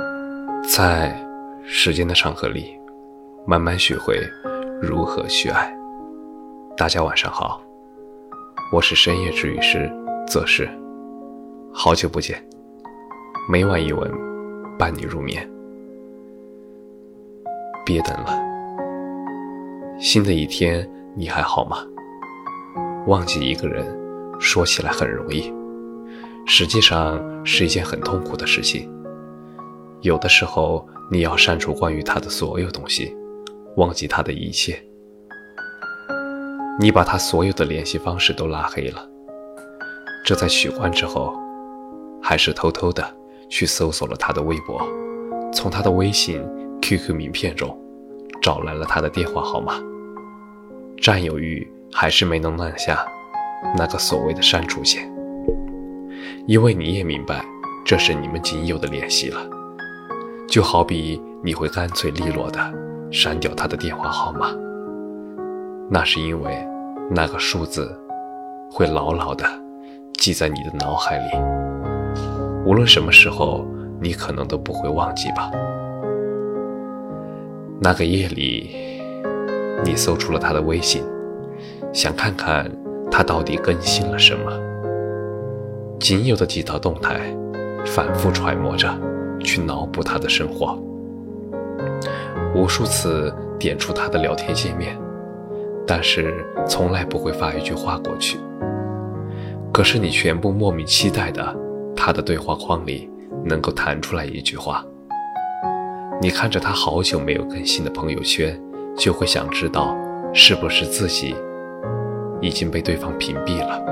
在时间的长河里，慢慢学会如何去爱。大家晚上好，我是深夜治愈师则是，好久不见，每晚一文伴你入眠。别等了，新的一天你还好吗？忘记一个人说起来很容易，实际上是一件很痛苦的事情。有的时候你要删除关于他的所有东西，忘记他的一切。你把他所有的联系方式都拉黑了，这在取关之后，还是偷偷的去搜索了他的微博，从他的微信 QQ 名片中找来了他的电话号码。占有欲还是没能按下那个所谓的删除键，因为你也明白这是你们仅有的联系了。就好比你会干脆利落地删掉他的电话号码，那是因为那个数字会牢牢地记在你的脑海里，无论什么时候你可能都不会忘记吧。那个夜里，你搜出了他的微信，想看看他到底更新了什么。仅有的几条动态，反复揣摩着去脑补他的生活，无数次点出他的聊天界面，但是从来不会发一句话过去。可是你全部莫名期待的他的对话框里能够弹出来一句话。你看着他好久没有更新的朋友圈，就会想知道是不是自己已经被对方屏蔽了。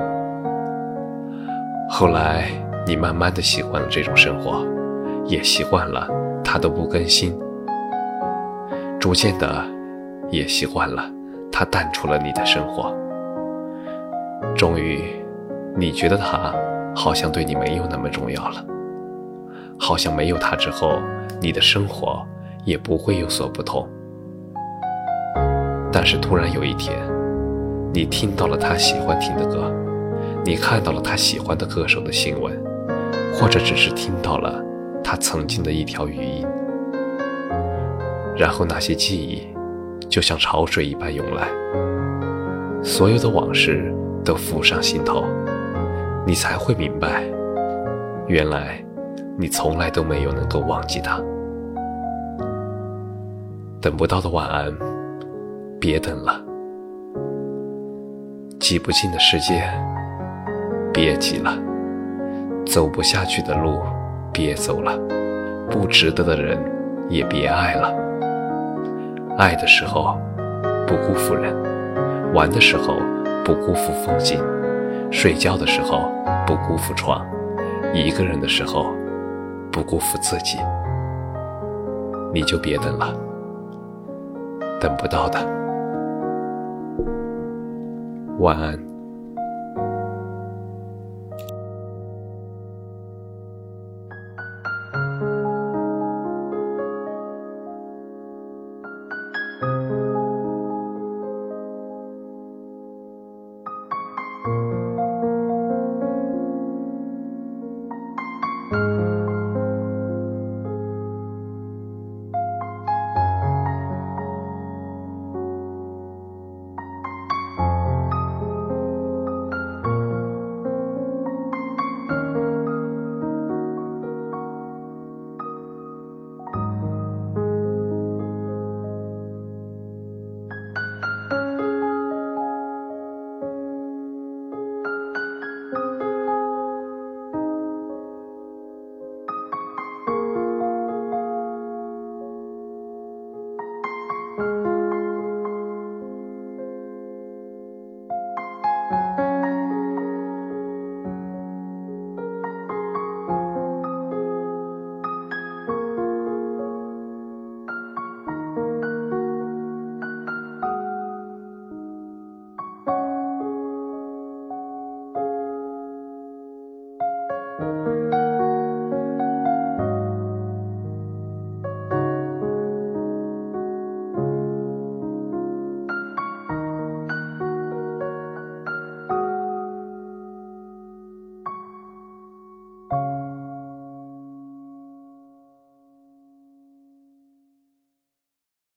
后来你慢慢的习惯了这种生活，也习惯了他都不更新，逐渐的也习惯了他淡出了你的生活。终于你觉得他好像对你没有那么重要了，好像没有他之后你的生活也不会有所不同。但是突然有一天，你听到了他喜欢听的歌，你看到了他喜欢的歌手的新闻，或者只是听到了他曾经的一条语音，然后那些记忆就像潮水一般涌来，所有的往事都浮上心头，你才会明白，原来你从来都没有能够忘记他。等不到的晚安，别等了。挤不进的世界，别挤了。走不下去的路，别走了。不值得的人，也别爱了。爱的时候，不辜负人；玩的时候，不辜负风景；睡觉的时候，不辜负床；一个人的时候，不辜负自己。你就别等了，等不到的。晚安。